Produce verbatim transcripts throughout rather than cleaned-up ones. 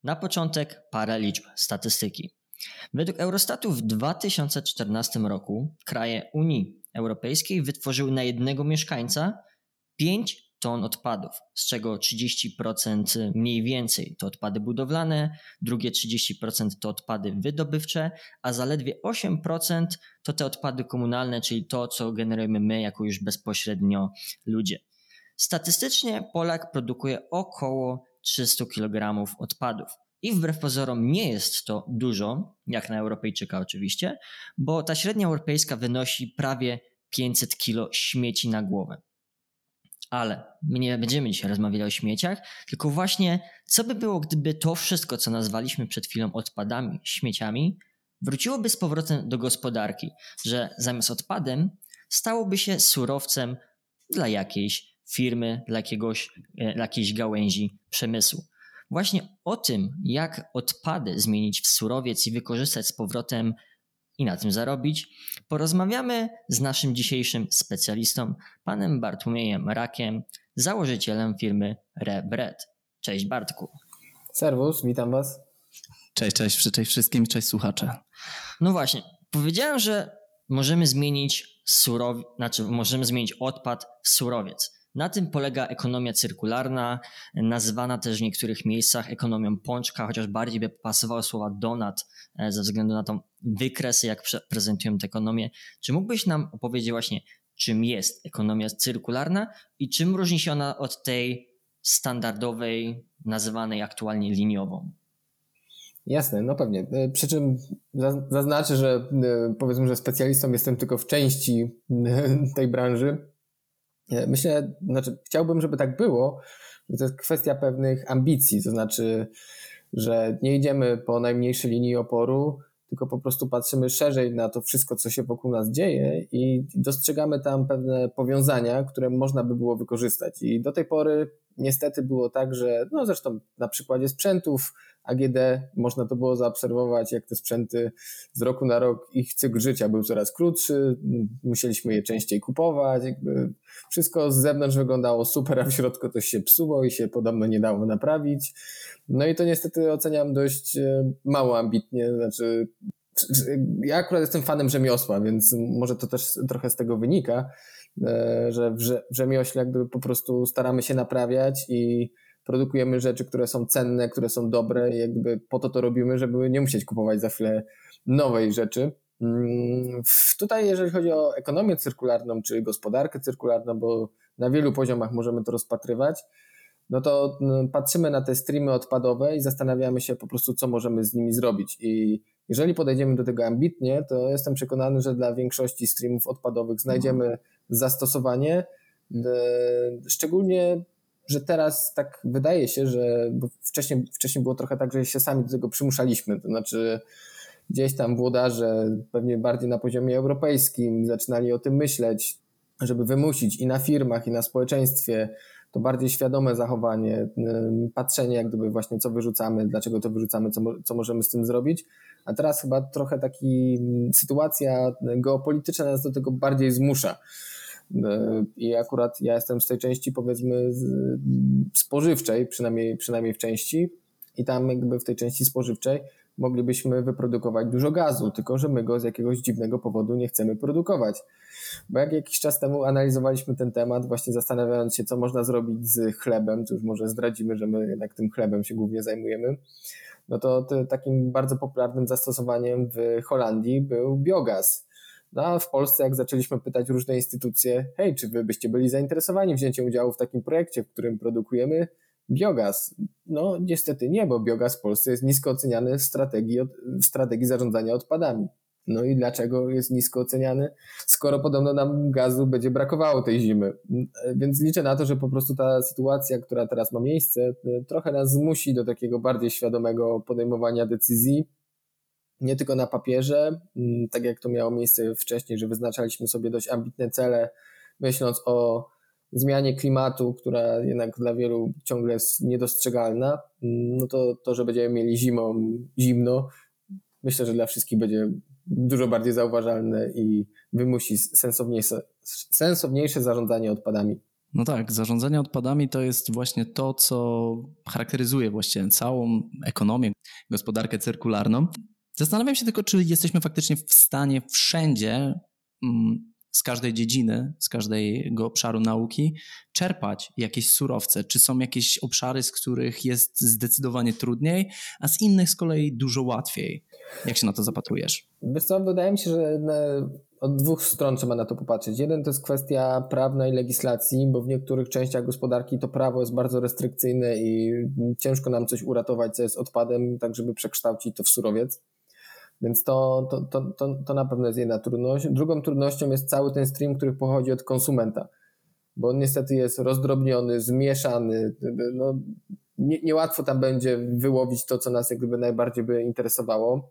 Na początek parę liczb, statystyki. Według Eurostatu w dwa tysiące czternastym roku kraje Unii Europejskiej wytworzyły na jednego mieszkańca pięć ton odpadów, z czego trzydzieści procent mniej więcej to odpady budowlane, drugie trzydzieści procent to odpady wydobywcze, a zaledwie osiem procent to te odpady komunalne, czyli to, co generujemy my jako już bezpośrednio ludzie. Statystycznie Polak produkuje około trzysta kilogramów odpadów. I wbrew pozorom nie jest to dużo, jak na Europejczyka oczywiście, bo ta średnia europejska wynosi prawie pięćset kilo śmieci na głowę. Ale my nie będziemy dzisiaj rozmawiali o śmieciach, tylko właśnie co by było, gdyby to wszystko, co nazwaliśmy przed chwilą odpadami, śmieciami, wróciłoby z powrotem do gospodarki, że zamiast odpadem stałoby się surowcem dla jakiejś firmy, dla, jakiegoś, dla jakiejś gałęzi przemysłu. Właśnie o tym, jak odpady zmienić w surowiec i wykorzystać z powrotem i na tym zarobić, porozmawiamy z naszym dzisiejszym specjalistą, panem Bartłomiejem Rakiem, założycielem firmy ReBread. Cześć Bartku. Serwus, witam was. Cześć, cześć, cześć wszystkim, cześć słuchacze. No właśnie, powiedziałem, że możemy zmienić surowiec, znaczy możemy zmienić odpad w surowiec. Na tym polega ekonomia cyrkularna, nazywana też w niektórych miejscach ekonomią pączka, chociaż bardziej by pasowało słowa donut ze względu na tą wykresy, jak prezentują tę ekonomię. Czy mógłbyś nam opowiedzieć właśnie, czym jest ekonomia cyrkularna i czym różni się ona od tej standardowej, nazywanej aktualnie liniową? Jasne, no pewnie. Przy czym zaznaczę, że powiedzmy, że specjalistą jestem tylko w części tej branży. Myślę, znaczy chciałbym, żeby tak było, że to jest kwestia pewnych ambicji, to znaczy, że nie idziemy po najmniejszej linii oporu, tylko po prostu patrzymy szerzej na to wszystko, co się wokół nas dzieje i dostrzegamy tam pewne powiązania, które można by było wykorzystać. I do tej pory niestety było tak, że no zresztą na przykładzie sprzętów A G D można to było zaobserwować, jak te sprzęty z roku na rok, ich cykl życia był coraz krótszy, musieliśmy je częściej kupować, jakby wszystko z zewnątrz wyglądało super, a w środku to się psuło i się podobno nie dało naprawić. No i to niestety oceniam dość mało ambitnie, znaczy ja akurat jestem fanem rzemiosła, więc może to też trochę z tego wynika, że w rzemiośle jakby po prostu staramy się naprawiać i produkujemy rzeczy, które są cenne, które są dobre i jakby po to to robimy, żeby nie musieć kupować za chwilę nowej rzeczy. Tutaj jeżeli chodzi o ekonomię cyrkularną czy gospodarkę cyrkularną, bo na wielu poziomach możemy to rozpatrywać, no to patrzymy na te streamy odpadowe i zastanawiamy się po prostu, co możemy z nimi zrobić. I jeżeli podejdziemy do tego ambitnie, to jestem przekonany, że dla większości streamów odpadowych znajdziemy zastosowanie, szczególnie że teraz tak wydaje się, że bo wcześniej, wcześniej było trochę tak, że się sami do tego przymuszaliśmy, to znaczy gdzieś tam włodarze pewnie bardziej na poziomie europejskim zaczynali o tym myśleć, żeby wymusić i na firmach, i na społeczeństwie to bardziej świadome zachowanie, patrzenie jak gdyby właśnie co wyrzucamy, dlaczego to wyrzucamy, co, co możemy z tym zrobić, a teraz chyba trochę taki sytuacja geopolityczna nas do tego bardziej zmusza. I akurat ja jestem z tej części powiedzmy spożywczej, przynajmniej, przynajmniej w części i tam jakby w tej części spożywczej moglibyśmy wyprodukować dużo gazu, tylko że my go z jakiegoś dziwnego powodu nie chcemy produkować. Bo jak jakiś czas temu analizowaliśmy ten temat, właśnie zastanawiając się, co można zrobić z chlebem, to już może zdradzimy, że my jednak tym chlebem się głównie zajmujemy, no to, to takim bardzo popularnym zastosowaniem w Holandii był biogaz. No a w Polsce jak zaczęliśmy pytać różne instytucje, hej, czy wy byście byli zainteresowani wzięciem udziału w takim projekcie, w którym produkujemy biogaz? No niestety nie, bo biogaz w Polsce jest nisko oceniany w strategii, w strategii zarządzania odpadami. No i dlaczego jest nisko oceniany? Skoro podobno nam gazu będzie brakowało tej zimy. Więc liczę na to, że po prostu ta sytuacja, która teraz ma miejsce, trochę nas zmusi do takiego bardziej świadomego podejmowania decyzji, nie tylko na papierze, tak jak to miało miejsce wcześniej, że wyznaczaliśmy sobie dość ambitne cele, myśląc o zmianie klimatu, która jednak dla wielu ciągle jest niedostrzegalna, no to to, że będziemy mieli zimą zimno, myślę, że dla wszystkich będzie dużo bardziej zauważalne i wymusi sensowniejsze, sensowniejsze zarządzanie odpadami. No tak, zarządzanie odpadami to jest właśnie to, co charakteryzuje właściwie całą ekonomię, gospodarkę cyrkularną. Zastanawiam się tylko, czy jesteśmy faktycznie w stanie wszędzie z każdej dziedziny, z każdego obszaru nauki czerpać jakieś surowce. Czy są jakieś obszary, z których jest zdecydowanie trudniej, a z innych z kolei dużo łatwiej? Jak się na to zapatrujesz? Wiesz co, wydaje mi się, że od dwóch stron trzeba na to popatrzeć. Jeden to jest kwestia prawna i legislacji, bo w niektórych częściach gospodarki to prawo jest bardzo restrykcyjne i ciężko nam coś uratować, co jest odpadem, tak żeby przekształcić to w surowiec. Więc to, to, to, to, to na pewno jest jedna trudność. Drugą trudnością jest cały ten stream, który pochodzi od konsumenta, bo on niestety jest rozdrobniony, zmieszany. No, nie, niełatwo tam będzie wyłowić to, co nas jak gdyby najbardziej by interesowało.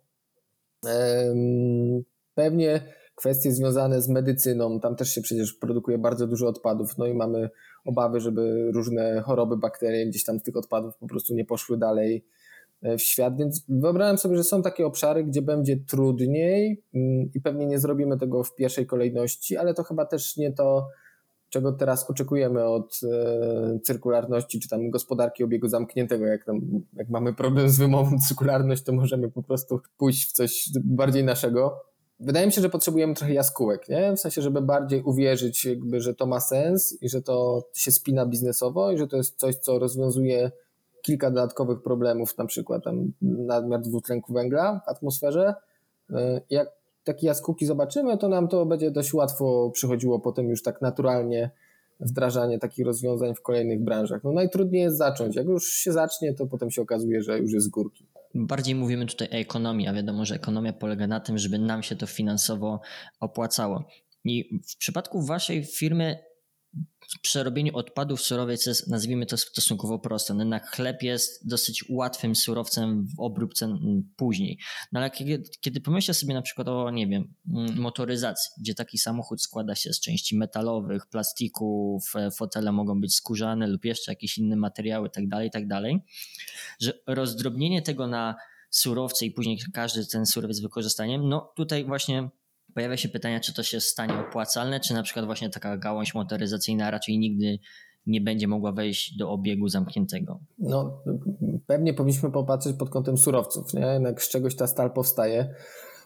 Pewnie kwestie związane z medycyną, tam też się przecież produkuje bardzo dużo odpadów, no i mamy obawy, żeby różne choroby, bakterie gdzieś tam z tych odpadów po prostu nie poszły dalej w świat, więc wyobrażam sobie, że są takie obszary, gdzie będzie trudniej i pewnie nie zrobimy tego w pierwszej kolejności, ale to chyba też nie to, czego teraz oczekujemy od e, cyrkularności, czy tam gospodarki obiegu zamkniętego. Jak, tam, jak mamy problem z wymową cyrkularność, to możemy po prostu pójść w coś bardziej naszego. Wydaje mi się, że potrzebujemy trochę jaskółek, nie? W sensie, żeby bardziej uwierzyć, jakby, że to ma sens i że to się spina biznesowo i że to jest coś, co rozwiązuje kilka dodatkowych problemów, na przykład tam nadmiar dwutlenku węgla w atmosferze. Jak takie jaskółki zobaczymy, to nam to będzie dość łatwo przychodziło potem już tak naturalnie wdrażanie takich rozwiązań w kolejnych branżach. No najtrudniej jest zacząć. Jak już się zacznie, to potem się okazuje, że już jest z górki. Bardziej mówimy tutaj o ekonomii, a wiadomo, że ekonomia polega na tym, żeby nam się to finansowo opłacało. I w przypadku waszej firmy przerobienie odpadów w surowiec jest, nazwijmy to, stosunkowo proste. No jednak chleb jest dosyć łatwym surowcem w obróbce później. No ale kiedy, kiedy pomyślę sobie na przykład o, nie wiem, motoryzacji, gdzie taki samochód składa się z części metalowych, plastików, fotele mogą być skórzane lub jeszcze jakieś inne materiały tak dalej, tak dalej, że rozdrobnienie tego na surowce i później każdy ten surowiec wykorzystaniem, no tutaj właśnie pojawia się pytanie, czy to się stanie opłacalne, czy na przykład właśnie taka gałąź motoryzacyjna raczej nigdy nie będzie mogła wejść do obiegu zamkniętego. No pewnie powinniśmy popatrzeć pod kątem surowców, nie? Jak z czegoś ta stal powstaje.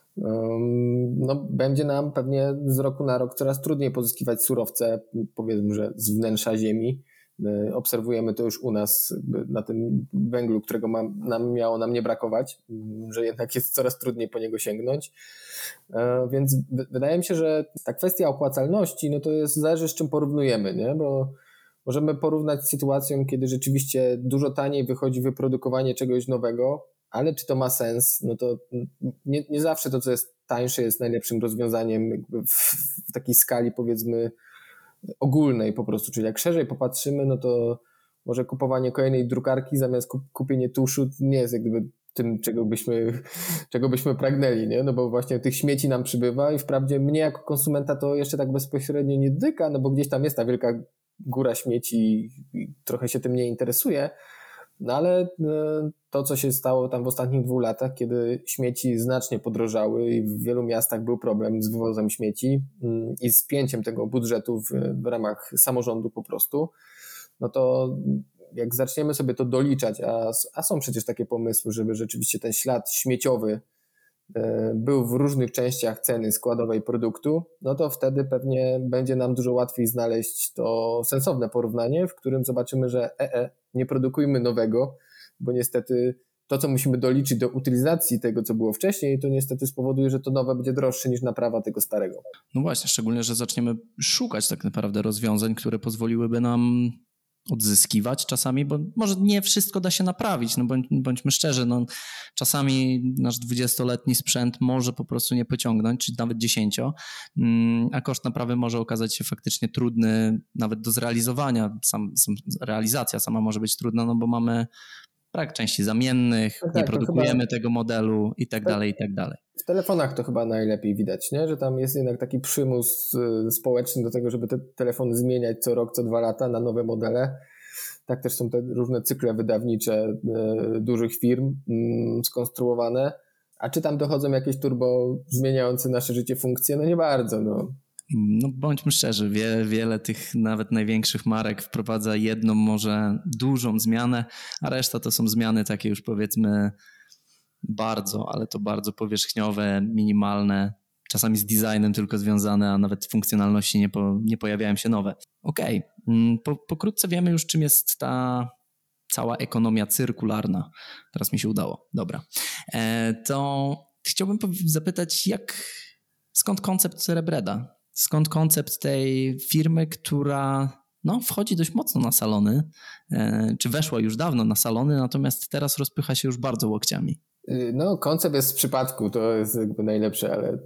No będzie nam pewnie z roku na rok coraz trudniej pozyskiwać surowce, powiedzmy, że z wnętrza ziemi. Obserwujemy to już u nas na tym węglu, którego ma, nam miało nam nie brakować, że jednak jest coraz trudniej po niego sięgnąć. Więc wydaje mi się, że ta kwestia opłacalności, no to jest, zależy z czym porównujemy, nie? Bo możemy porównać z sytuacją, kiedy rzeczywiście dużo taniej wychodzi wyprodukowanie czegoś nowego, ale czy to ma sens? No to nie, nie zawsze to, co jest tańsze, jest najlepszym rozwiązaniem jakby w, w takiej skali, powiedzmy, ogólnej po prostu, czyli jak szerzej popatrzymy, no to może kupowanie kolejnej drukarki zamiast kupienie tuszu nie jest jak gdyby tym, czego byśmy, czego byśmy pragnęli, nie? No bo właśnie tych śmieci nam przybywa i wprawdzie mnie jako konsumenta to jeszcze tak bezpośrednio nie dotyka, no bo gdzieś tam jest ta wielka góra śmieci i trochę się tym nie interesuje, no ale to, co się stało tam w ostatnich dwóch latach, kiedy śmieci znacznie podrożały i w wielu miastach był problem z wywozem śmieci i z spięciem tego budżetu w, w ramach samorządu po prostu, no to jak zaczniemy sobie to doliczać, a, a są przecież takie pomysły, żeby rzeczywiście ten ślad śmieciowy był w różnych częściach ceny składowej produktu, no to wtedy pewnie będzie nam dużo łatwiej znaleźć to sensowne porównanie, w którym zobaczymy, że e, e, nie produkujmy nowego, bo niestety to, co musimy doliczyć do utylizacji tego, co było wcześniej, to niestety spowoduje, że to nowe będzie droższe niż naprawa tego starego. No właśnie, szczególnie, że zaczniemy szukać tak naprawdę rozwiązań, które pozwoliłyby nam odzyskiwać czasami, bo może nie wszystko da się naprawić, no bądź, bądźmy szczerzy, no czasami nasz dwudziestoletni sprzęt może po prostu nie pociągnąć, czy nawet dziesięcio, a koszt naprawy może okazać się faktycznie trudny nawet do zrealizowania, sam, sam, realizacja sama może być trudna, no bo mamy brak części zamiennych, no tak, nie produkujemy chyba tego modelu i tak dalej, i tak dalej. W telefonach to chyba najlepiej widać, nie? Że tam jest jednak taki przymus społeczny do tego, żeby te telefony zmieniać co rok, co dwa lata na nowe modele. Tak też są te różne cykle wydawnicze dużych firm skonstruowane. A czy tam dochodzą jakieś turbo zmieniające nasze życie funkcje? No nie bardzo, no. No bądźmy szczerzy, wie, wiele tych nawet największych marek wprowadza jedną, może dużą zmianę, a reszta to są zmiany takie już powiedzmy bardzo, ale to bardzo powierzchniowe, minimalne, czasami z designem tylko związane, a nawet funkcjonalności nie, po, nie pojawiają się nowe. Okej, okay. po, pokrótce wiemy już, czym jest ta cała ekonomia cyrkularna. Teraz mi się udało, dobra. E, to chciałbym zapytać, jak, skąd koncept Cerebreda? Skąd koncept tej firmy, która no, wchodzi dość mocno na salony, e, czy weszła już dawno na salony, natomiast teraz rozpycha się już bardzo łokciami? No, koncept jest z przypadku, to jest jakby najlepsze, ale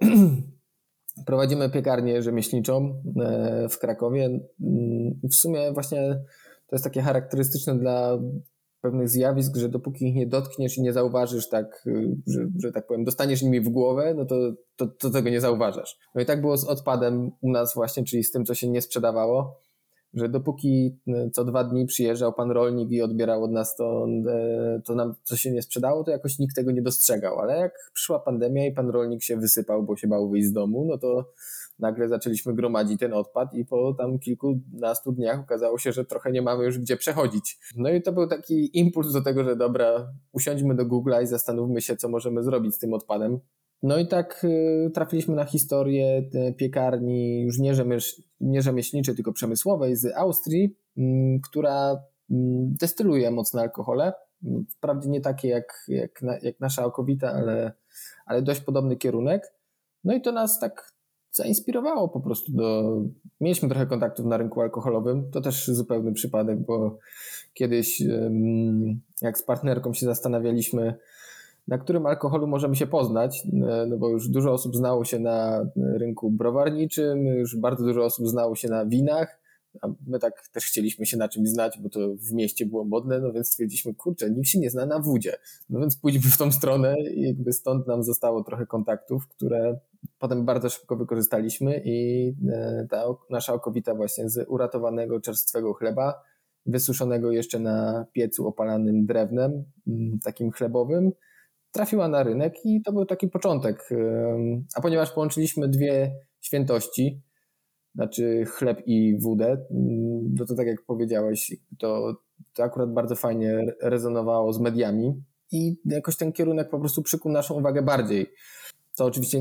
prowadzimy piekarnię rzemieślniczą w Krakowie i w sumie właśnie to jest takie charakterystyczne dla pewnych zjawisk, że dopóki ich nie dotkniesz i nie zauważysz tak, że, że tak powiem, dostaniesz nimi w głowę, no to, to, to tego nie zauważasz. No i tak było z odpadem u nas właśnie, czyli z tym, co się nie sprzedawało, że dopóki co dwa dni przyjeżdżał pan rolnik i odbierał od nas to, to nam co się nie sprzedało, to jakoś nikt tego nie dostrzegał, ale jak przyszła pandemia i pan rolnik się wysypał, bo się bał wyjść z domu, no to nagle zaczęliśmy gromadzić ten odpad i po tam kilkunastu dniach okazało się, że trochę nie mamy już gdzie przechodzić. No i to był taki impuls do tego, że dobra, usiądźmy do Google'a i zastanówmy się, co możemy zrobić z tym odpadem. No i tak trafiliśmy na historię piekarni już nie, rzemieś, nie rzemieślniczej, tylko przemysłowej z Austrii, która destyluje mocne alkohole. Wprawdzie nie takie jak, jak, jak nasza Alkowita, ale, ale dość podobny kierunek. No i to nas tak zainspirowało po prostu do... Mieliśmy trochę kontaktów na rynku alkoholowym, to też zupełny przypadek, bo kiedyś jak z partnerką się zastanawialiśmy, na którym alkoholu możemy się poznać, no bo już dużo osób znało się na rynku browarniczym, już bardzo dużo osób znało się na winach, a my tak też chcieliśmy się na czymś znać, bo to w mieście było modne, no więc stwierdziliśmy, kurczę, nikt się nie zna na wódzie, no więc pójdźmy w tą stronę i jakby stąd nam zostało trochę kontaktów, które potem bardzo szybko wykorzystaliśmy i ta nasza Alkowita właśnie z uratowanego czerstwego chleba, wysuszonego jeszcze na piecu opalanym drewnem, takim chlebowym, trafiła na rynek i to był taki początek. A ponieważ połączyliśmy dwie świętości, znaczy chleb i wódę, no to tak jak powiedziałeś, to, to akurat bardzo fajnie rezonowało z mediami i jakoś ten kierunek po prostu przykuł naszą uwagę bardziej. Co oczywiście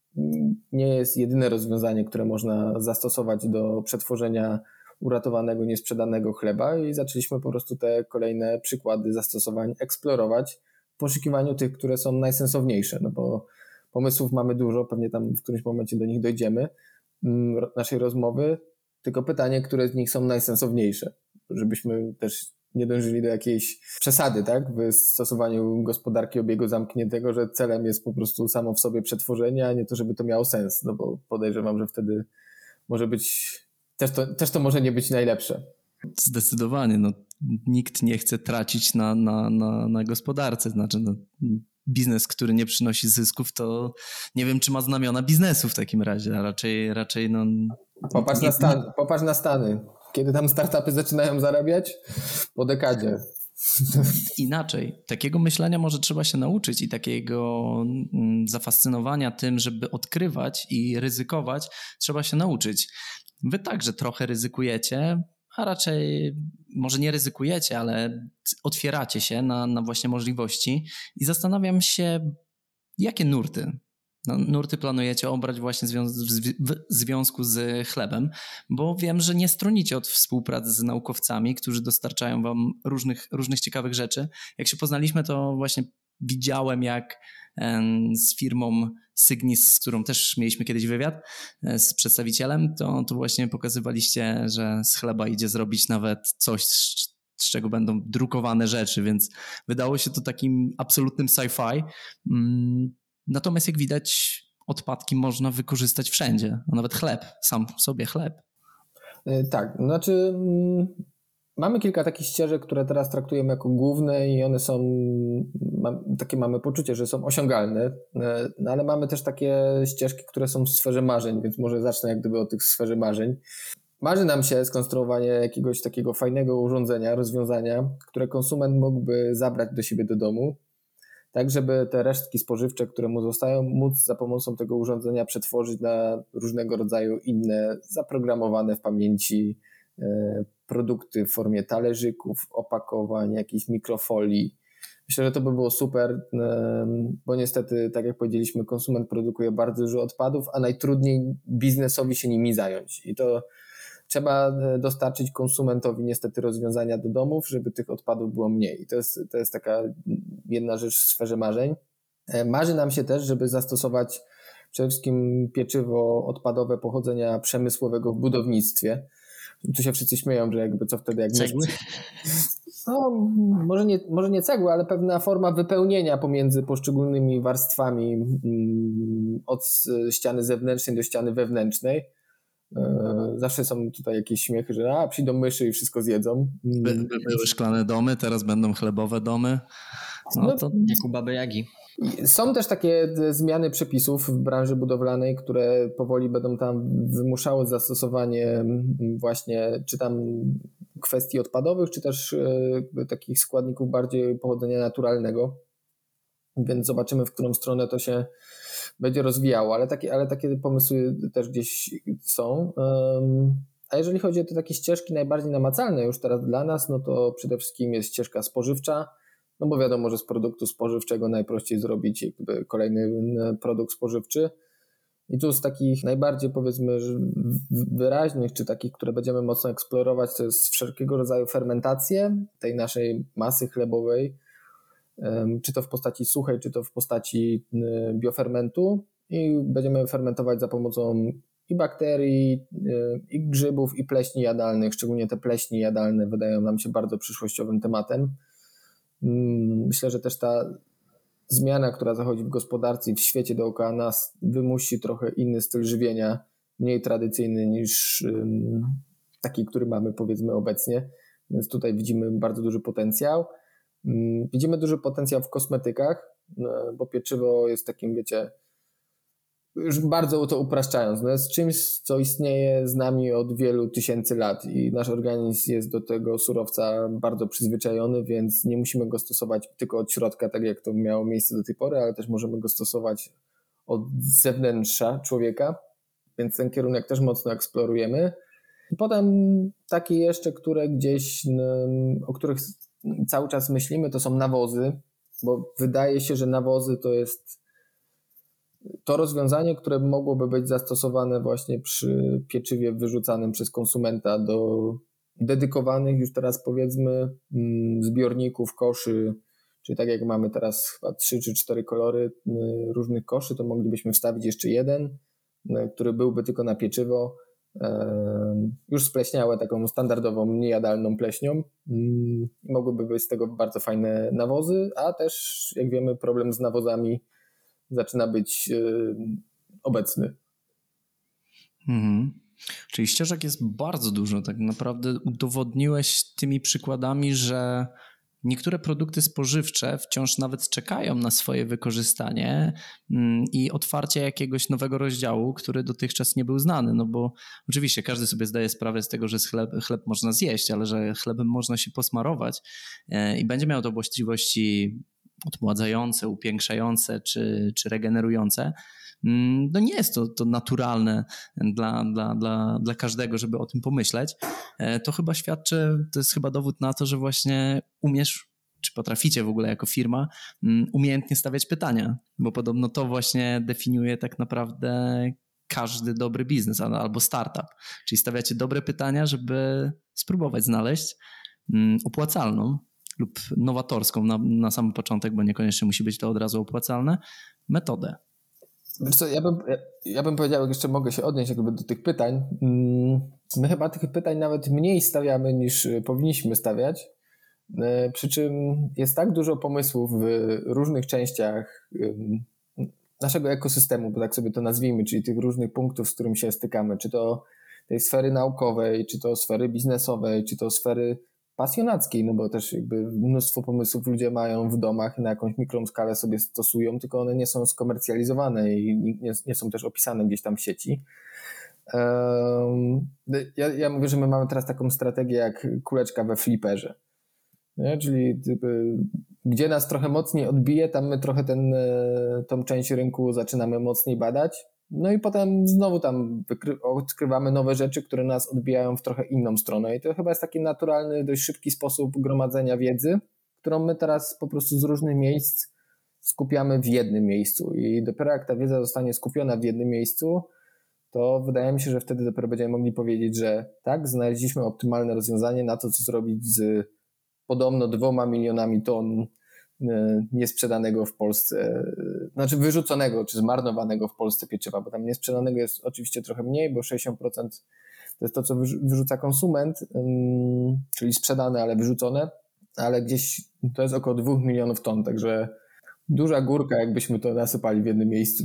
nie jest jedyne rozwiązanie, które można zastosować do przetworzenia uratowanego, niesprzedanego chleba i zaczęliśmy po prostu te kolejne przykłady zastosowań eksplorować w poszukiwaniu tych, które są najsensowniejsze, no bo pomysłów mamy dużo, pewnie tam w którymś momencie do nich dojdziemy, naszej rozmowy, tylko pytanie, które z nich są najsensowniejsze, żebyśmy też nie dążyli do jakiejś przesady, tak, w stosowaniu gospodarki obiegu zamkniętego, że celem jest po prostu samo w sobie przetworzenie, a nie to, żeby to miało sens, no bo podejrzewam, że wtedy może być, też to, też to może nie być najlepsze. Zdecydowanie, no nikt nie chce tracić na, na, na, na gospodarce, znaczy no, biznes, który nie przynosi zysków, to nie wiem, czy ma znamiona biznesu w takim razie, a raczej, raczej no... Popatrz, nie, na Stan, popatrz na Stany. Kiedy tam startupy zaczynają zarabiać? Po dekadzie. Inaczej. Takiego myślenia może trzeba się nauczyć i takiego zafascynowania tym, żeby odkrywać i ryzykować, trzeba się nauczyć. Wy także trochę ryzykujecie, a raczej może nie ryzykujecie, ale otwieracie się na, na właśnie możliwości i zastanawiam się, jakie nurty, no, nurty planujecie obrać właśnie w związku z chlebem, bo wiem, że nie stronicie od współpracy z naukowcami, którzy dostarczają wam różnych, różnych ciekawych rzeczy. Jak się poznaliśmy, to właśnie widziałem, jak z firmą Cygnis, z którą też mieliśmy kiedyś wywiad z przedstawicielem, to, to właśnie pokazywaliście, że z chleba idzie zrobić nawet coś, z, z czego będą drukowane rzeczy, więc wydało się to takim absolutnym sci-fi. Natomiast jak widać, odpadki można wykorzystać wszędzie, a nawet chleb, sam w sobie chleb. Tak, znaczy mamy kilka takich ścieżek, które teraz traktujemy jako główne i one są, takie mamy poczucie, że są osiągalne, no ale mamy też takie ścieżki, które są w sferze marzeń, więc może zacznę jak gdyby od tych sferze marzeń. Marzy nam się skonstruowanie jakiegoś takiego fajnego urządzenia, rozwiązania, które konsument mógłby zabrać do siebie do domu tak żeby te resztki spożywcze, które mu zostają, móc za pomocą tego urządzenia przetworzyć na różnego rodzaju inne, zaprogramowane w pamięci produkty w formie talerzyków, opakowań, jakichś mikrofolii. Myślę, że to by było super, bo niestety, tak jak powiedzieliśmy, konsument produkuje bardzo dużo odpadów, a najtrudniej biznesowi się nimi zająć. I to trzeba dostarczyć konsumentowi niestety rozwiązania do domów, żeby tych odpadów było mniej. I to jest, to jest taka jedna rzecz w sferze marzeń. Marzy nam się też, żeby zastosować przede wszystkim pieczywo odpadowe pochodzenia przemysłowego w budownictwie. Tu się wszyscy śmieją, że jakby co wtedy jak cegły? No, może nie, może nie cegły, ale pewna forma wypełnienia pomiędzy poszczególnymi warstwami od ściany zewnętrznej do ściany wewnętrznej. Zawsze są tutaj jakieś śmiechy, że a, przyjdą myszy i wszystko zjedzą. By, by były szklane domy, teraz będą chlebowe domy. No, no to jak u Baby Jagi. Są też takie zmiany przepisów w branży budowlanej, które powoli będą tam wymuszały zastosowanie właśnie czy tam kwestii odpadowych, czy też takich składników bardziej pochodzenia naturalnego. Więc zobaczymy, w którą stronę to się będzie rozwijało, ale takie, ale takie pomysły też gdzieś są. A jeżeli chodzi o te takie ścieżki najbardziej namacalne już teraz dla nas, no to przede wszystkim jest ścieżka spożywcza, no bo wiadomo, że z produktu spożywczego najprościej zrobić jakby kolejny produkt spożywczy. I tu z takich najbardziej powiedzmy wyraźnych, czy takich, które będziemy mocno eksplorować, to jest wszelkiego rodzaju fermentacje tej naszej masy chlebowej, czy to w postaci suchej, czy to w postaci biofermentu i będziemy fermentować za pomocą i bakterii, i grzybów, i pleśni jadalnych. Szczególnie te pleśni jadalne wydają nam się bardzo przyszłościowym tematem. Myślę, że też ta zmiana, która zachodzi w gospodarce i w świecie dookoła nas, wymusi trochę inny styl żywienia, mniej tradycyjny niż taki, który mamy powiedzmy obecnie. Więc tutaj widzimy bardzo duży potencjał. Widzimy duży potencjał w kosmetykach, bo pieczywo jest takim, wiecie, już bardzo to upraszczając, no jest czymś, co istnieje z nami od wielu tysięcy lat i nasz organizm jest do tego surowca bardzo przyzwyczajony, więc nie musimy go stosować tylko od środka, tak jak to miało miejsce do tej pory, ale też możemy go stosować od zewnętrza człowieka, więc ten kierunek też mocno eksplorujemy. I potem takie jeszcze, które gdzieś, o których cały czas myślimy, to są nawozy, bo wydaje się, że nawozy to jest to rozwiązanie, które mogłoby być zastosowane właśnie przy pieczywie wyrzucanym przez konsumenta do dedykowanych już teraz powiedzmy zbiorników, koszy, czyli tak jak mamy teraz chyba trzy czy cztery kolory różnych koszy, to moglibyśmy wstawić jeszcze jeden, który byłby tylko na pieczywo, już spleśniałe taką standardową, niejadalną pleśnią i mogłyby być z tego bardzo fajne nawozy, a też jak wiemy problem z nawozami zaczyna być yy, obecny. Mhm. Czyli ścieżek jest bardzo dużo. Tak naprawdę udowodniłeś tymi przykładami, że niektóre produkty spożywcze wciąż nawet czekają na swoje wykorzystanie i otwarcie jakiegoś nowego rozdziału, który dotychczas nie był znany. No bo oczywiście każdy sobie zdaje sprawę z tego, że chleb, chleb można zjeść, ale że chlebem można się posmarować i będzie miał to właściwości odmładzające, upiększające czy, czy regenerujące, no nie jest to, to naturalne dla, dla, dla, dla każdego, żeby o tym pomyśleć. To chyba świadczy, to jest chyba dowód na to, że właśnie umiesz, czy potraficie w ogóle jako firma umiejętnie stawiać pytania, bo podobno to właśnie definiuje tak naprawdę każdy dobry biznes albo startup. Czyli stawiacie dobre pytania, żeby spróbować znaleźć opłacalną lub nowatorską na, na sam początek, bo niekoniecznie musi być to od razu opłacalne, metodę. Wiesz co, ja bym, ja, ja bym powiedział, jak jeszcze mogę się odnieść jakby do tych pytań. My chyba tych pytań nawet mniej stawiamy niż powinniśmy stawiać, przy czym jest tak dużo pomysłów w różnych częściach naszego ekosystemu, bo tak sobie to nazwijmy, czyli tych różnych punktów, z którymi się stykamy, czy to tej sfery naukowej, czy to sfery biznesowej, czy to sfery pasjonackiej, no bo też jakby mnóstwo pomysłów ludzie mają w domach i na jakąś mikrą skalę sobie stosują, tylko one nie są skomercjalizowane i nie, nie są też opisane gdzieś tam w sieci. Um, ja, ja mówię, że my mamy teraz taką strategię jak kuleczka we fliperze, nie? Czyli typy, gdzie nas trochę mocniej odbije, tam my trochę ten, tą część rynku zaczynamy mocniej badać. No i potem znowu tam wykry- odkrywamy nowe rzeczy, które nas odbijają w trochę inną stronę. I to chyba jest taki naturalny, dość szybki sposób gromadzenia wiedzy, którą my teraz po prostu z różnych miejsc skupiamy w jednym miejscu. I dopiero jak ta wiedza zostanie skupiona w jednym miejscu, to wydaje mi się, że wtedy dopiero będziemy mogli powiedzieć, że tak, znaleźliśmy optymalne rozwiązanie na to, co zrobić z podobno dwoma milionami ton niesprzedanego w Polsce, znaczy wyrzuconego czy zmarnowanego w Polsce pieczywa, bo tam niesprzedanego jest oczywiście trochę mniej, bo sześćdziesiąt procent to jest to, co wyrzuca konsument, czyli sprzedane, ale wyrzucone, ale gdzieś to jest około dwóch milionów ton, także duża górka, jakbyśmy to nasypali w jednym miejscu.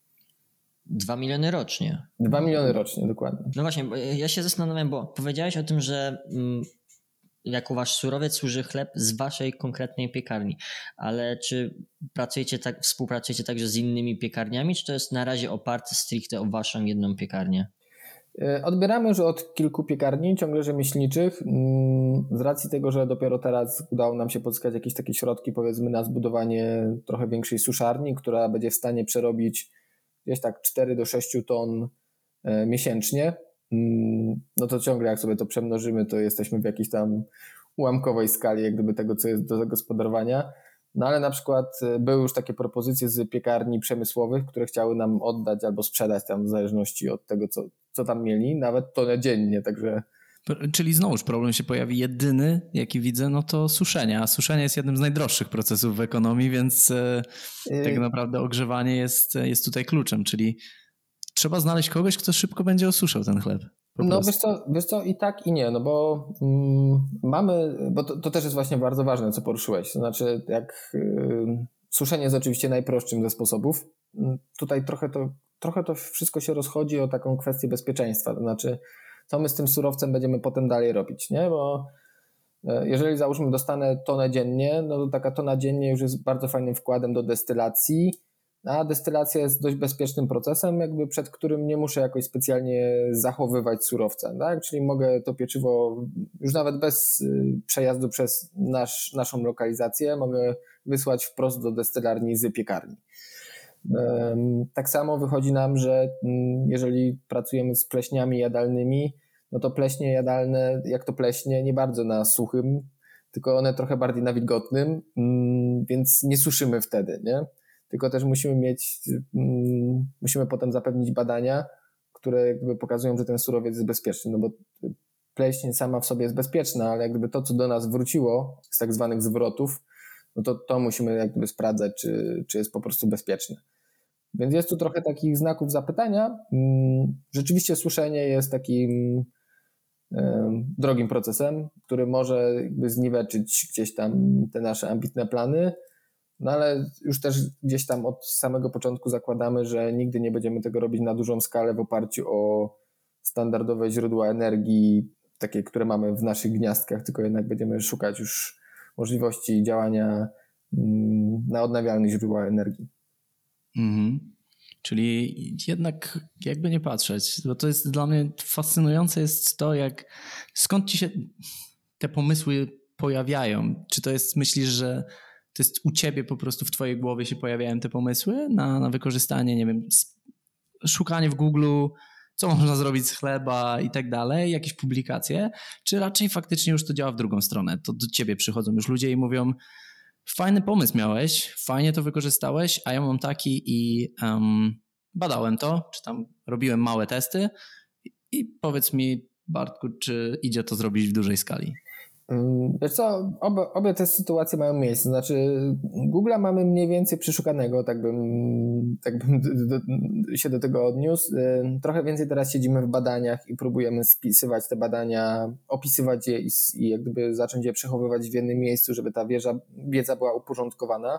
Dwa miliony rocznie. Dwa miliony rocznie, dokładnie. No właśnie, bo ja się zastanawiam, bo powiedziałeś o tym, że mm, jako wasz surowiec służy chleb z waszej konkretnej piekarni, ale czy pracujecie tak, współpracujecie także z innymi piekarniami, czy to jest na razie oparte stricte o waszą jedną piekarnię? Odbieramy już od kilku piekarni, ciągle rzemieślniczych, z racji tego, że dopiero teraz udało nam się pozyskać jakieś takie środki, powiedzmy, na zbudowanie trochę większej suszarni, która będzie w stanie przerobić gdzieś tak cztery do sześciu ton miesięcznie. No to ciągle jak sobie to przemnożymy, to jesteśmy w jakiejś tam ułamkowej skali jak gdyby tego, co jest do zagospodarowania. No ale na przykład były już takie propozycje z piekarni przemysłowych, które chciały nam oddać albo sprzedać tam w zależności od tego, co, co tam mieli, nawet tonę dziennie, także... Czyli znowuż problem się pojawi jedyny, jaki widzę, no to suszenie, a suszenie jest jednym z najdroższych procesów w ekonomii, więc yy... tak naprawdę ogrzewanie jest, jest tutaj kluczem, czyli trzeba znaleźć kogoś, kto szybko będzie osuszał ten chleb. No wiesz co, wiesz co, i tak i nie, no bo mm, mamy, bo to, to też jest właśnie bardzo ważne, co poruszyłeś, to znaczy jak y, suszenie jest oczywiście najprostszym ze sposobów, tutaj trochę to, trochę to wszystko się rozchodzi o taką kwestię bezpieczeństwa, to znaczy co my z tym surowcem będziemy potem dalej robić, nie, bo jeżeli załóżmy dostanę tonę dziennie, no to taka tona dziennie już jest bardzo fajnym wkładem do destylacji, a destylacja jest dość bezpiecznym procesem, jakby przed którym nie muszę jakoś specjalnie zachowywać surowca, tak? Czyli mogę to pieczywo już nawet bez przejazdu przez nasz, naszą lokalizację mogę wysłać wprost do destylarni z piekarni. Tak samo wychodzi nam, że jeżeli pracujemy z pleśniami jadalnymi, no to pleśnie jadalne, jak to pleśnie, nie bardzo na suchym, tylko one trochę bardziej na wilgotnym, więc nie suszymy wtedy, nie? Tylko też musimy mieć, musimy potem zapewnić badania, które jakby pokazują, że ten surowiec jest bezpieczny, no bo pleśń sama w sobie jest bezpieczna, ale jak gdyby to, co do nas wróciło z tak zwanych zwrotów, no to to musimy jak gdyby sprawdzać, czy, czy jest po prostu bezpieczne. Więc jest tu trochę takich znaków zapytania. Rzeczywiście suszenie jest takim drogim procesem, który może jakby zniweczyć gdzieś tam te nasze ambitne plany, no ale już też gdzieś tam od samego początku zakładamy, że nigdy nie będziemy tego robić na dużą skalę w oparciu o standardowe źródła energii, takie, które mamy w naszych gniazdkach, tylko jednak będziemy szukać już możliwości działania na odnawialnych źródłach energii. Mhm. Czyli jednak jakby nie patrzeć, bo to jest dla mnie fascynujące jest to, jak skąd ci się te pomysły pojawiają. Czy to jest, myślisz, że to jest u ciebie po prostu w twojej głowie się pojawiają te pomysły na, na wykorzystanie, nie wiem, szukanie w Google, co można zrobić z chleba i tak dalej, jakieś publikacje, czy raczej faktycznie już to działa w drugą stronę? To do ciebie przychodzą już ludzie i mówią, fajny pomysł miałeś, fajnie to wykorzystałeś, a ja mam taki i um, badałem to, czy tam robiłem małe testy i, i powiedz mi, Bartku, czy idzie to zrobić w dużej skali? Wiesz co, obie, obie te sytuacje mają miejsce, znaczy Google'a mamy mniej więcej przeszukanego, tak bym, tak bym do, do, się do tego odniósł. Trochę więcej teraz siedzimy w badaniach i próbujemy spisywać te badania, opisywać je i, i jak gdyby zacząć je przechowywać w jednym miejscu, żeby ta wiedza, wiedza była uporządkowana.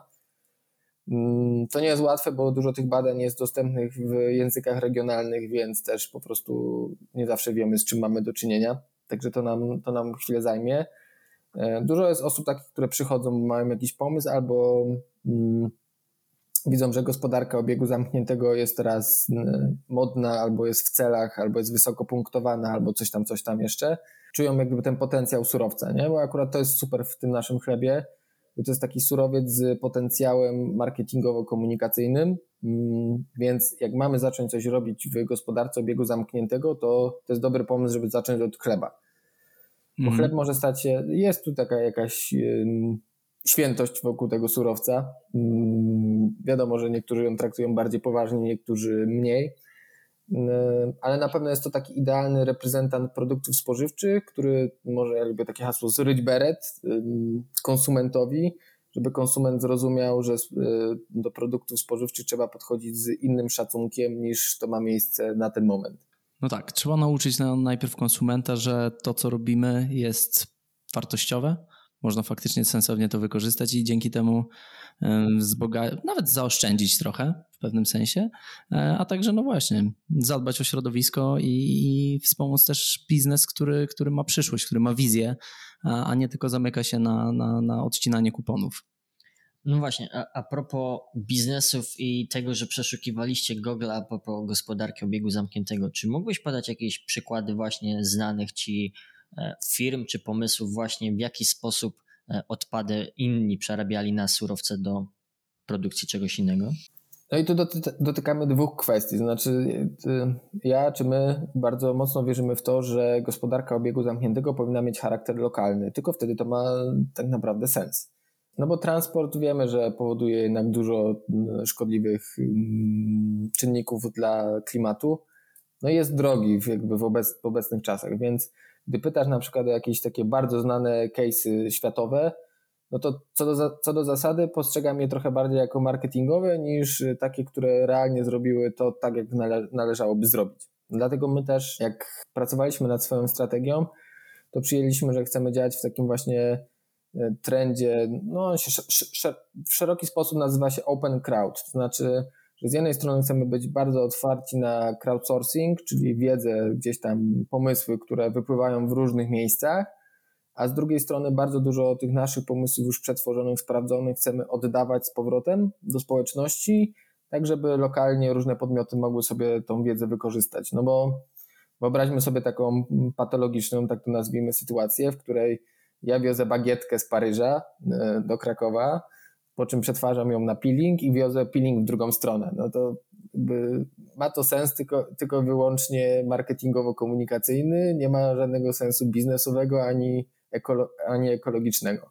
To nie jest łatwe, bo dużo tych badań jest dostępnych w językach regionalnych, więc też po prostu nie zawsze wiemy, z czym mamy do czynienia. Także to nam, to nam chwilę zajmie. Dużo jest osób takich, które przychodzą, mają jakiś pomysł albo mm, widzą, że gospodarka obiegu zamkniętego jest teraz modna, albo jest w celach, albo jest wysoko punktowana, albo coś tam, coś tam jeszcze. Czują jakby ten potencjał surowca, nie? Bo akurat to jest super w tym naszym chlebie, to jest taki surowiec z potencjałem marketingowo-komunikacyjnym, więc jak mamy zacząć coś robić w gospodarce obiegu zamkniętego, to to jest dobry pomysł, żeby zacząć od chleba. Bo mm. chleb może stać się, jest tu taka jakaś um, świętość wokół tego surowca. Um, wiadomo, że niektórzy ją traktują bardziej poważnie, niektórzy mniej, um, ale na pewno jest to taki idealny reprezentant produktów spożywczych, który może, ja lubię takie hasło, zryć beret um, konsumentowi, żeby konsument zrozumiał, że do produktów spożywczych trzeba podchodzić z innym szacunkiem niż to ma miejsce na ten moment. No tak, trzeba nauczyć najpierw konsumenta, że to, co robimy, jest wartościowe, można faktycznie sensownie to wykorzystać i dzięki temu wzboga- nawet zaoszczędzić trochę w pewnym sensie, a także no właśnie zadbać o środowisko i, i wspomóc też biznes, który, który ma przyszłość, który ma wizję, a, a nie tylko zamyka się na, na, na odcinanie kuponów. No właśnie, a, a propos biznesów i tego, że przeszukiwaliście Google a propos gospodarki obiegu zamkniętego, czy mógłbyś podać jakieś przykłady właśnie znanych Ci firm czy pomysłów właśnie, w jaki sposób odpady inni przerabiali na surowce do produkcji czegoś innego? No i tu doty- dotykamy dwóch kwestii, znaczy ja czy my bardzo mocno wierzymy w to, że gospodarka obiegu zamkniętego powinna mieć charakter lokalny, tylko wtedy to ma tak naprawdę sens. No bo transport wiemy, że powoduje jednak dużo szkodliwych czynników dla klimatu, no i jest drogi jakby w, obec- w obecnych czasach, więc gdy pytasz na przykład o jakieś takie bardzo znane case'y światowe, no to co do, za- co do zasady postrzegam je trochę bardziej jako marketingowe niż takie, które realnie zrobiły to tak, jak nale- należałoby zrobić. Dlatego my też, jak pracowaliśmy nad swoją strategią, to przyjęliśmy, że chcemy działać w takim właśnie trendzie, no się sz- sz- w szeroki sposób nazywa się open crowd, to znaczy, że z jednej strony chcemy być bardzo otwarci na crowdsourcing, czyli wiedzę, gdzieś tam pomysły, które wypływają w różnych miejscach, a z drugiej strony bardzo dużo tych naszych pomysłów już przetworzonych, sprawdzonych chcemy oddawać z powrotem do społeczności, tak żeby lokalnie różne podmioty mogły sobie tą wiedzę wykorzystać. No bo wyobraźmy sobie taką patologiczną, tak to nazwijmy, sytuację, w której ja wiozę bagietkę z Paryża do Krakowa, po czym przetwarzam ją na peeling i wiozę peeling w drugą stronę. No to jakby ma to sens tylko, tylko wyłącznie marketingowo-komunikacyjny, nie ma żadnego sensu biznesowego ani, ekolo- ani ekologicznego.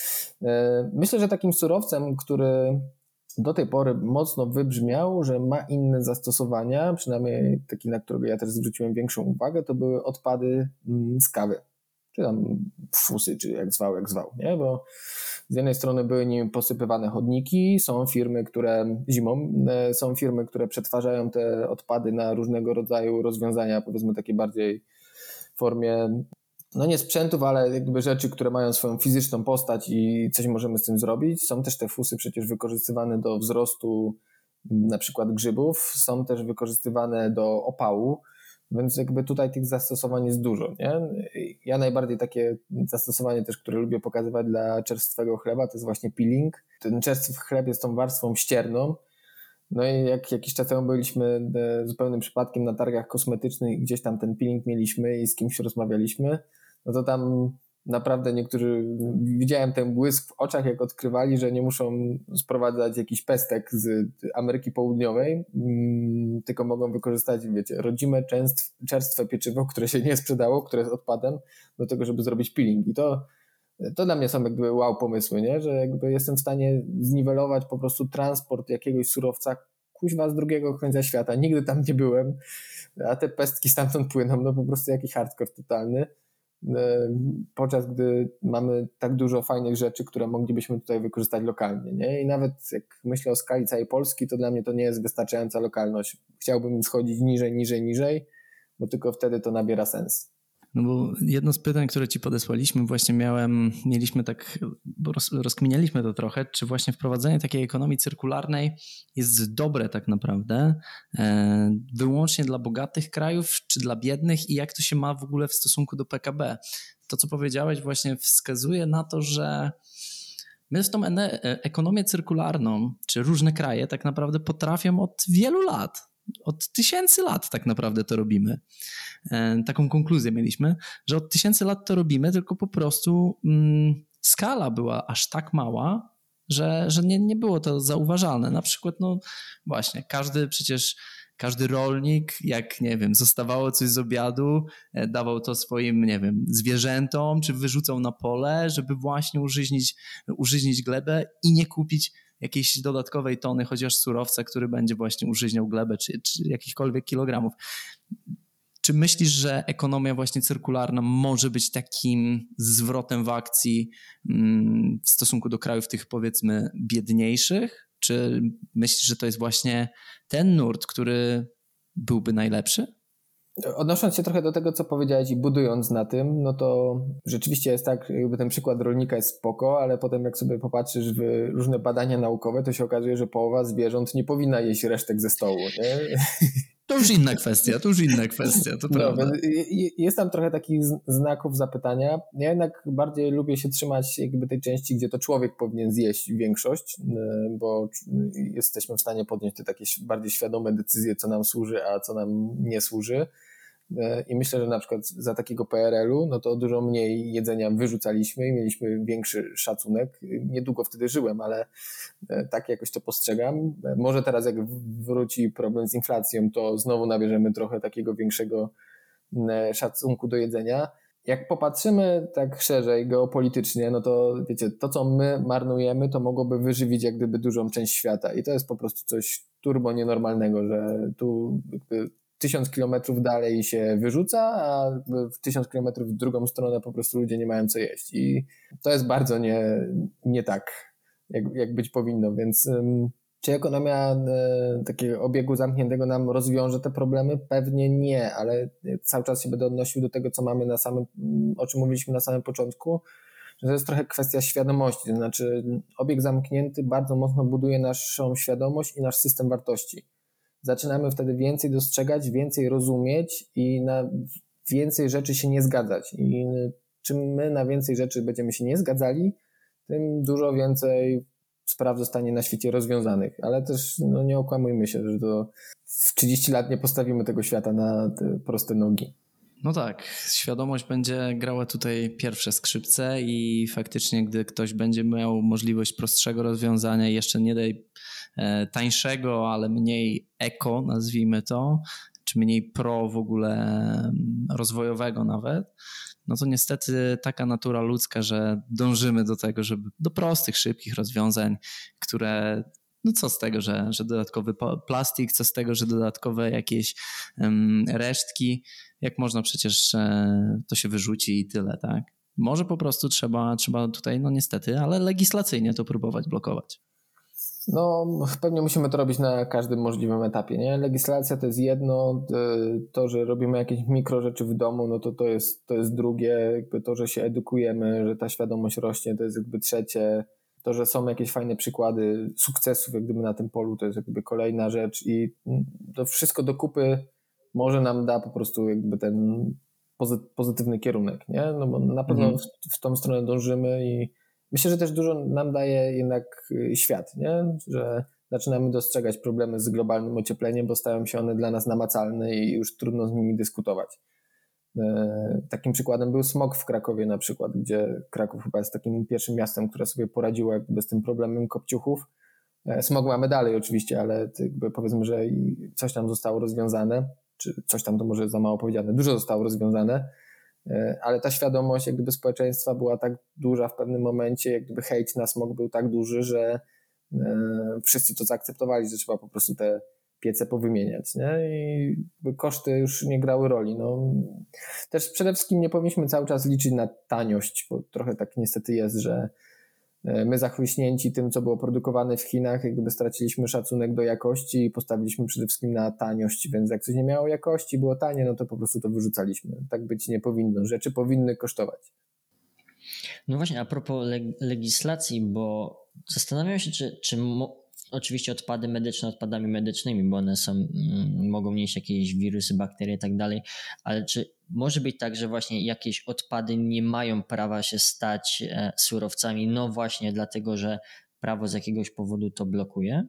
Myślę, że takim surowcem, który do tej pory mocno wybrzmiał, że ma inne zastosowania, przynajmniej taki, na którego ja też zwróciłem większą uwagę, to były odpady z kawy. Czy tam fusy, czy jak zwał, jak zwał, nie? Bo z jednej strony były nim posypywane chodniki, są firmy, które zimą, są firmy, które przetwarzają te odpady na różnego rodzaju rozwiązania, powiedzmy takie bardziej w formie, no nie sprzętów, ale jakby rzeczy, które mają swoją fizyczną postać i coś możemy z tym zrobić. Są też te fusy przecież wykorzystywane do wzrostu na przykład grzybów, są też wykorzystywane do opału, więc jakby tutaj tych zastosowań jest dużo, nie? Ja najbardziej takie zastosowanie też, które lubię pokazywać dla czerstwego chleba, to jest właśnie peeling. Ten czerstwy chleb jest tą warstwą ścierną. No i jak jakiś czas temu byliśmy zupełnym przypadkiem na targach kosmetycznych i gdzieś tam ten peeling mieliśmy i z kimś rozmawialiśmy, no to tam naprawdę niektórzy, widziałem ten błysk w oczach, jak odkrywali, że nie muszą sprowadzać jakiś pestek z Ameryki Południowej, tylko mogą wykorzystać, wiecie, rodzime czerstwe pieczywo, które się nie sprzedało, które jest odpadem, do tego, żeby zrobić peeling. I to, to dla mnie są jakby wow pomysły, nie? Że jakby jestem w stanie zniwelować po prostu transport jakiegoś surowca kuźwa z drugiego końca świata. Nigdy tam nie byłem, a te pestki stamtąd płyną, no po prostu jakiś hardcore totalny. Podczas gdy mamy tak dużo fajnych rzeczy, które moglibyśmy tutaj wykorzystać lokalnie, nie? I nawet jak myślę o skali całej Polski, to dla mnie to nie jest wystarczająca lokalność. Chciałbym schodzić niżej, niżej, niżej, bo tylko wtedy to nabiera sens. No bo jedno z pytań, które ci podesłaliśmy, właśnie miałem, mieliśmy tak, bo roz, rozkminialiśmy to trochę, czy właśnie wprowadzenie takiej ekonomii cyrkularnej jest dobre tak naprawdę e, wyłącznie dla bogatych krajów, czy dla biednych i jak to się ma w ogóle w stosunku do P K B. To, co powiedziałeś, właśnie wskazuje na to, że my w tą ene, ekonomię cyrkularną, czy różne kraje tak naprawdę potrafią od wielu lat, od tysięcy lat tak naprawdę to robimy. Taką konkluzję mieliśmy, że od tysięcy lat to robimy, tylko po prostu mm, skala była aż tak mała, że, że nie, nie było to zauważalne. Na przykład, no właśnie, każdy przecież, każdy rolnik, jak nie wiem, zostawało coś z obiadu, dawał to swoim, nie wiem, zwierzętom, czy wyrzucał na pole, żeby właśnie użyźnić, użyźnić glebę i nie kupić jakiejś dodatkowej tony, chociaż surowca, który będzie właśnie użyźniał glebę, czy, czy jakichkolwiek kilogramów. Czy myślisz, że ekonomia właśnie cyrkularna może być takim zwrotem w akcji w stosunku do krajów tych, powiedzmy, biedniejszych? Czy myślisz, że to jest właśnie ten nurt, który byłby najlepszy? Odnosząc się trochę do tego, co powiedziałeś i budując na tym, no to rzeczywiście jest tak, jakby ten przykład rolnika jest spoko, ale potem jak sobie popatrzysz w różne badania naukowe, to się okazuje, że połowa zwierząt nie powinna jeść resztek ze stołu, nie? To już inna kwestia, to już inna kwestia, to no, prawda. Jest tam trochę takich znaków zapytania. Ja jednak bardziej lubię się trzymać jakby tej części, gdzie to człowiek powinien zjeść większość, bo jesteśmy w stanie podjąć te takie bardziej świadome decyzje, co nam służy, a co nam nie służy. I myślę, że na przykład za takiego P R L u, no to dużo mniej jedzenia wyrzucaliśmy i mieliśmy większy szacunek. Niedługo wtedy żyłem, ale tak jakoś to postrzegam. Może teraz jak wróci problem z inflacją, to znowu nabierzemy trochę takiego większego szacunku do jedzenia. Jak popatrzymy tak szerzej geopolitycznie, no to wiecie, to co my marnujemy, to mogłoby wyżywić jak gdyby dużą część świata i to jest po prostu coś turbo nienormalnego, że tu jakby tysiąc kilometrów dalej się wyrzuca, a w tysiąc kilometrów w drugą stronę po prostu ludzie nie mają co jeść. I to jest bardzo nie, nie tak, jak, jak być powinno. Więc um, czy ekonomia e, takiego obiegu zamkniętego nam rozwiąże te problemy? Pewnie nie, ale cały czas się będę odnosił do tego, co mamy na samym, o czym mówiliśmy na samym początku, że to jest trochę kwestia świadomości. To znaczy obieg zamknięty bardzo mocno buduje naszą świadomość i nasz system wartości. Zaczynamy wtedy więcej dostrzegać, więcej rozumieć i na więcej rzeczy się nie zgadzać. I czym my na więcej rzeczy będziemy się nie zgadzali, tym dużo więcej spraw zostanie na świecie rozwiązanych. Ale też no, nie okłamujmy się, że to w trzydzieści lat nie postawimy tego świata na te proste nogi. No tak, świadomość będzie grała tutaj pierwsze skrzypce i faktycznie, gdy ktoś będzie miał możliwość prostszego rozwiązania i jeszcze nie daj tańszego, ale mniej eko, nazwijmy to, czy mniej pro w ogóle rozwojowego nawet, no to niestety taka natura ludzka, że dążymy do tego, żeby do prostych, szybkich rozwiązań, które no co z tego, że, że dodatkowy plastik, co z tego, że dodatkowe jakieś um, resztki, jak można przecież e, to się wyrzuci i tyle, tak? Może po prostu trzeba, trzeba tutaj, no niestety, ale legislacyjnie to próbować blokować. No, pewnie musimy to robić na każdym możliwym etapie, nie? Legislacja to jest jedno, to, że robimy jakieś mikro rzeczy w domu, no to to jest, to jest drugie, jakby to, że się edukujemy, że ta świadomość rośnie, to jest jakby trzecie, to, że są jakieś fajne przykłady sukcesów jak gdyby na tym polu, to jest jakby kolejna rzecz i to wszystko do kupy może nam da po prostu jakby ten pozytywny kierunek, nie? No bo na pewno mhm. w, w tą stronę dążymy i myślę, że też dużo nam daje jednak świat, nie? Że zaczynamy dostrzegać problemy z globalnym ociepleniem, bo stają się one dla nas namacalne i już trudno z nimi dyskutować. Takim przykładem był smog w Krakowie na przykład, gdzie Kraków chyba jest takim pierwszym miastem, które sobie poradziło jakby z tym problemem kopciuchów. Smog mamy dalej oczywiście, ale jakby powiedzmy, że coś tam zostało rozwiązane, czy coś tam to może za mało powiedziane, dużo zostało rozwiązane, ale ta świadomość jak gdyby społeczeństwa była tak duża w pewnym momencie, jak gdyby hejt na smog był tak duży, że wszyscy to zaakceptowali, że trzeba po prostu te piece powymieniać, nie? I koszty już nie grały roli. No. Też przede wszystkim nie powinniśmy cały czas liczyć na taniość, bo trochę tak niestety jest, że my zachłyśnięci tym, co było produkowane w Chinach, jak gdyby straciliśmy szacunek do jakości i postawiliśmy przede wszystkim na taniość, więc jak coś nie miało jakości, było tanie, no to po prostu to wyrzucaliśmy. Tak być nie powinno. Rzeczy powinny kosztować. No właśnie, a propos leg- legislacji, bo zastanawiam się, czy, czy mo- oczywiście odpady medyczne odpadami medycznymi, bo one są, mm, mogą nieść jakieś wirusy, bakterie i tak dalej, ale czy może być tak, że właśnie jakieś odpady nie mają prawa się stać e, surowcami, no właśnie dlatego, że prawo z jakiegoś powodu to blokuje?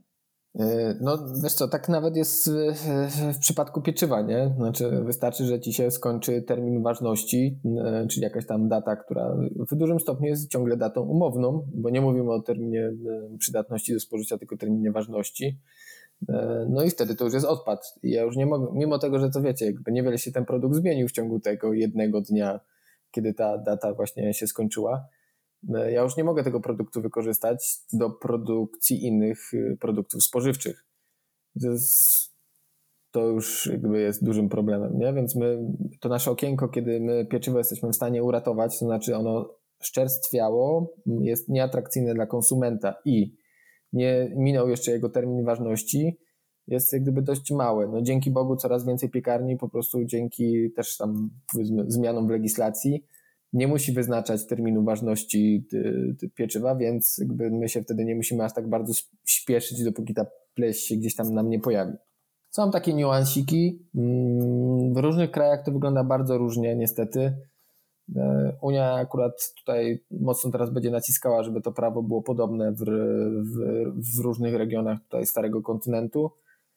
No wiesz co, tak nawet jest w przypadku pieczywa, nie? Znaczy wystarczy, że ci się skończy termin ważności, czyli jakaś tam data, która w dużym stopniu jest ciągle datą umowną, bo nie mówimy o terminie przydatności do spożycia, tylko terminie ważności. No i wtedy to już jest odpad. Ja już nie mogę, mimo tego, że to wiecie, jakby niewiele się ten produkt zmienił w ciągu tego jednego dnia, kiedy ta data właśnie się skończyła. Ja już nie mogę tego produktu wykorzystać do produkcji innych produktów spożywczych. To, jest, to już jakby jest dużym problemem, nie? Więc my, to nasze okienko, kiedy my pieczywo jesteśmy w stanie uratować, to znaczy ono szczerstwiało, jest nieatrakcyjne dla konsumenta i nie minął jeszcze jego termin ważności, jest jak gdyby dość małe. No dzięki Bogu coraz więcej piekarni po prostu dzięki też tam zmianom w legislacji nie musi wyznaczać terminu ważności pieczywa, więc jakby my się wtedy nie musimy aż tak bardzo śpieszyć, dopóki ta pleś się gdzieś tam nam nie pojawi. Są takie niuansiki. W różnych krajach to wygląda bardzo różnie niestety. Unia akurat tutaj mocno teraz będzie naciskała, żeby to prawo było podobne w, w, w różnych regionach tutaj starego kontynentu.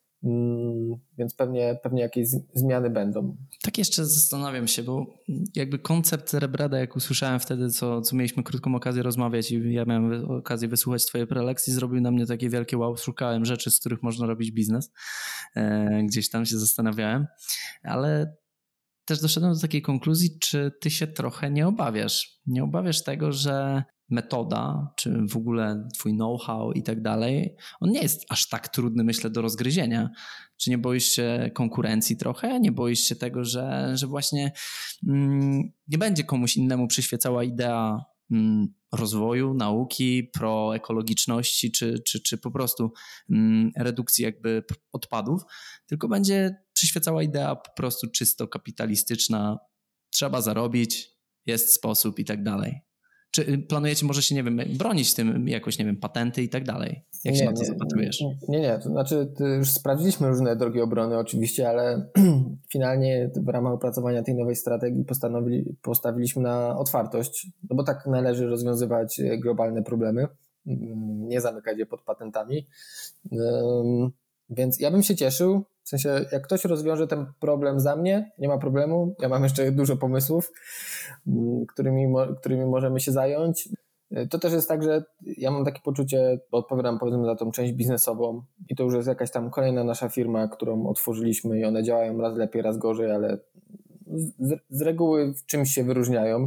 Więc pewnie, pewnie jakieś zmiany będą. Tak jeszcze zastanawiam się, bo jakby koncept Cerebrada, jak usłyszałem wtedy, co, co mieliśmy krótką okazję rozmawiać i ja miałem okazję wysłuchać twojej prelekcji, zrobił na mnie takie wielkie wow, szukałem rzeczy, z których można robić biznes. E, gdzieś tam się zastanawiałem, ale też doszedłem do takiej konkluzji, czy ty się trochę nie obawiasz? Nie obawiasz tego, że metoda, czy w ogóle twój know-how i tak dalej, on nie jest aż tak trudny, myślę, do rozgryzienia. Czy nie boisz się konkurencji trochę? Nie boisz się tego, że, że właśnie mm, nie będzie komuś innemu przyświecała idea mm, rozwoju, nauki, proekologiczności, czy, czy, czy po prostu mm, redukcji jakby odpadów, tylko będzie przyświecała idea po prostu czysto kapitalistyczna, trzeba zarobić, jest sposób i tak dalej. Czy planujecie może się, nie wiem, bronić tym jakoś, nie wiem, patenty i tak dalej? Jak nie, się na to nie, zapatrujesz? Nie, nie, to znaczy już sprawdziliśmy różne drogi obrony oczywiście, ale finalnie w ramach opracowania tej nowej strategii postanowili, postawiliśmy na otwartość, no bo tak należy rozwiązywać globalne problemy, nie zamykać je pod patentami. Więc ja bym się cieszył, w sensie jak ktoś rozwiąże ten problem za mnie, nie ma problemu, ja mam jeszcze dużo pomysłów, którymi, którymi możemy się zająć. To też jest tak, że ja mam takie poczucie, odpowiadam powiedzmy za tą część biznesową i to już jest jakaś tam kolejna nasza firma, którą otworzyliśmy i one działają raz lepiej, raz gorzej, ale z, z reguły w czymś się wyróżniają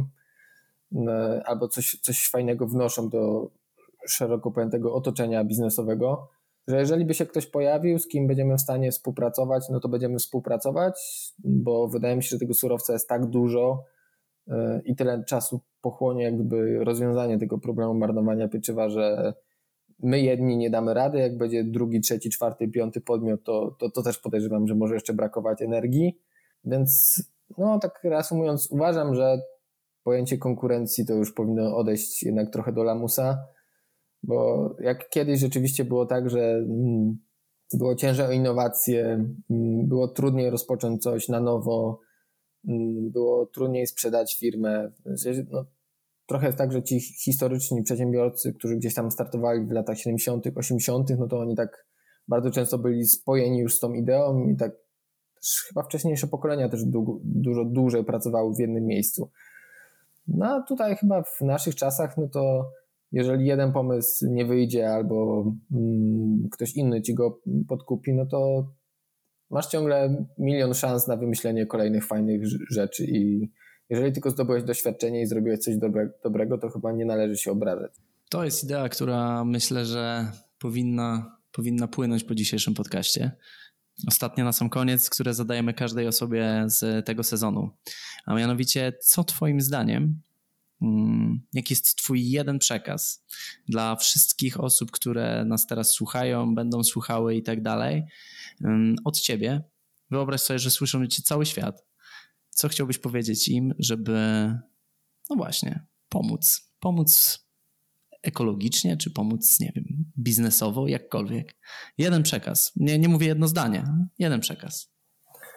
albo coś, coś fajnego wnoszą do szeroko pojętego otoczenia biznesowego, że jeżeli by się ktoś pojawił, z kim będziemy w stanie współpracować, no to będziemy współpracować, bo wydaje mi się, że tego surowca jest tak dużo i tyle czasu pochłonie jakby rozwiązanie tego problemu marnowania pieczywa, że my jedni nie damy rady, jak będzie drugi, trzeci, czwarty, piąty podmiot, to, to, to też podejrzewam, że może jeszcze brakować energii, więc no tak reasumując, uważam, że pojęcie konkurencji to już powinno odejść jednak trochę do lamusa, bo jak kiedyś rzeczywiście było tak, że było ciężej o innowacje, było trudniej rozpocząć coś na nowo, było trudniej sprzedać firmę. No, trochę jest tak, że ci historyczni przedsiębiorcy, którzy gdzieś tam startowali w latach siedemdziesiątych, osiemdziesiątych, no to oni tak bardzo często byli spojeni już z tą ideą i tak też chyba wcześniejsze pokolenia też du- dużo dłużej pracowały w jednym miejscu. No a tutaj chyba w naszych czasach, no to jeżeli jeden pomysł nie wyjdzie albo mm, ktoś inny ci go podkupi, no to masz ciągle milion szans na wymyślenie kolejnych fajnych rzeczy i jeżeli tylko zdobyłeś doświadczenie i zrobiłeś coś dobre, dobrego, to chyba nie należy się obrażać. To jest idea, która myślę, że powinna, powinna płynąć po dzisiejszym podcaście. Ostatnia na sam koniec, które zadajemy każdej osobie z tego sezonu. A mianowicie, co twoim zdaniem, jaki jest twój jeden przekaz dla wszystkich osób, które nas teraz słuchają, będą słuchały i tak dalej, od ciebie? Wyobraź sobie, że słyszą cię cały świat. Co chciałbyś powiedzieć im, żeby, no właśnie, pomóc? Pomóc ekologicznie, czy pomóc, nie wiem, biznesowo, jakkolwiek. Jeden przekaz. Nie, nie mówię jedno zdanie. Jeden przekaz.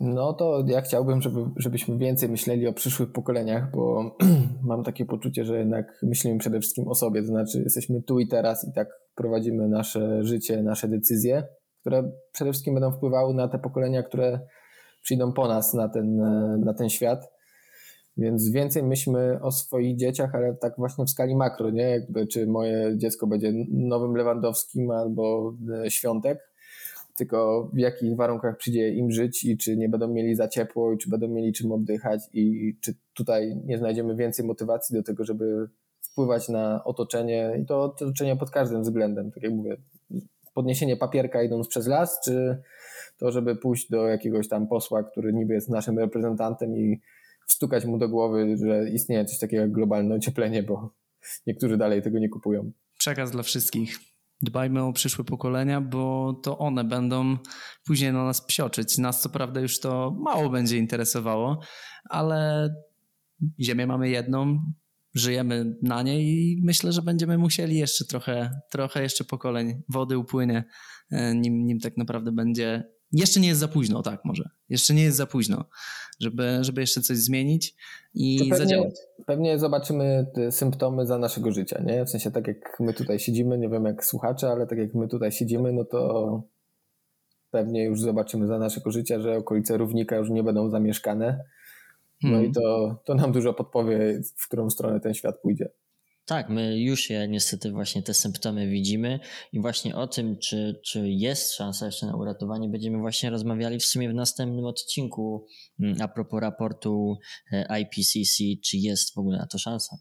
No to ja chciałbym, żeby, żebyśmy więcej myśleli o przyszłych pokoleniach, bo mam takie poczucie, że jednak myślimy przede wszystkim o sobie, to znaczy jesteśmy tu i teraz i tak prowadzimy nasze życie, nasze decyzje, które przede wszystkim będą wpływały na te pokolenia, które przyjdą po nas na ten, na ten świat. Więc więcej myślmy o swoich dzieciach, ale tak właśnie w skali makro, nie? Jakby czy moje dziecko będzie nowym Lewandowskim albo Świątek, tylko w jakich warunkach przyjdzie im żyć i czy nie będą mieli za ciepło i czy będą mieli czym oddychać i czy tutaj nie znajdziemy więcej motywacji do tego, żeby wpływać na otoczenie i to otoczenie pod każdym względem, tak jak mówię, podniesienie papierka idąc przez las, czy to, żeby pójść do jakiegoś tam posła, który niby jest naszym reprezentantem i wstukać mu do głowy, że istnieje coś takiego jak globalne ocieplenie, bo niektórzy dalej tego nie kupują. Przekaz dla wszystkich. Dbajmy o przyszłe pokolenia, bo to one będą później na nas psioczyć. Nas co prawda już to mało będzie interesowało, ale ziemię mamy jedną, żyjemy na niej i myślę, że będziemy musieli jeszcze trochę, trochę jeszcze pokoleń wody upłynie, nim, nim tak naprawdę będzie... Jeszcze nie jest za późno, tak może. Jeszcze nie jest za późno, żeby, żeby jeszcze coś zmienić i pewnie, zadziałać. Pewnie zobaczymy te symptomy za naszego życia, nie? W sensie tak jak my tutaj siedzimy, nie wiem jak słuchacze, ale tak jak my tutaj siedzimy, no to pewnie już zobaczymy za naszego życia, że okolice równika już nie będą zamieszkane. No hmm. i to, to nam dużo podpowie, w którą stronę ten świat pójdzie. Tak, my już je niestety właśnie te symptomy widzimy i właśnie o tym, czy, czy jest szansa jeszcze na uratowanie, będziemy właśnie rozmawiali w sumie w następnym odcinku a propos raportu I P C C, czy jest w ogóle na to szansa.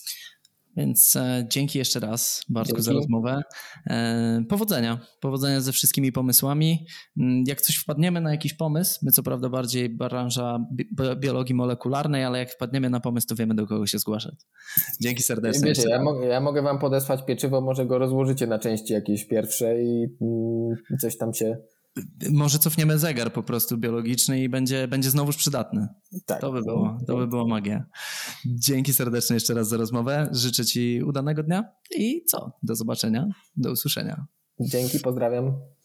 Więc e, dzięki jeszcze raz Bartku dzięki. za rozmowę. E, powodzenia. Powodzenia ze wszystkimi pomysłami. Jak coś wpadniemy na jakiś pomysł, my co prawda bardziej branża bi- biologii molekularnej, ale jak wpadniemy na pomysł, to wiemy do kogo się zgłaszać. Dzięki serdecznie. Wiecie, ja, mogę, ja mogę wam podesłać pieczywo, może go rozłożycie na części jakieś pierwsze i mm, coś tam się... Może cofniemy zegar po prostu biologiczny i będzie, będzie znowuż przydatny. Tak, to by było, to by było magia. Dzięki serdecznie jeszcze raz za rozmowę. Życzę ci udanego dnia i co? Do zobaczenia, do usłyszenia. Dzięki, pozdrawiam.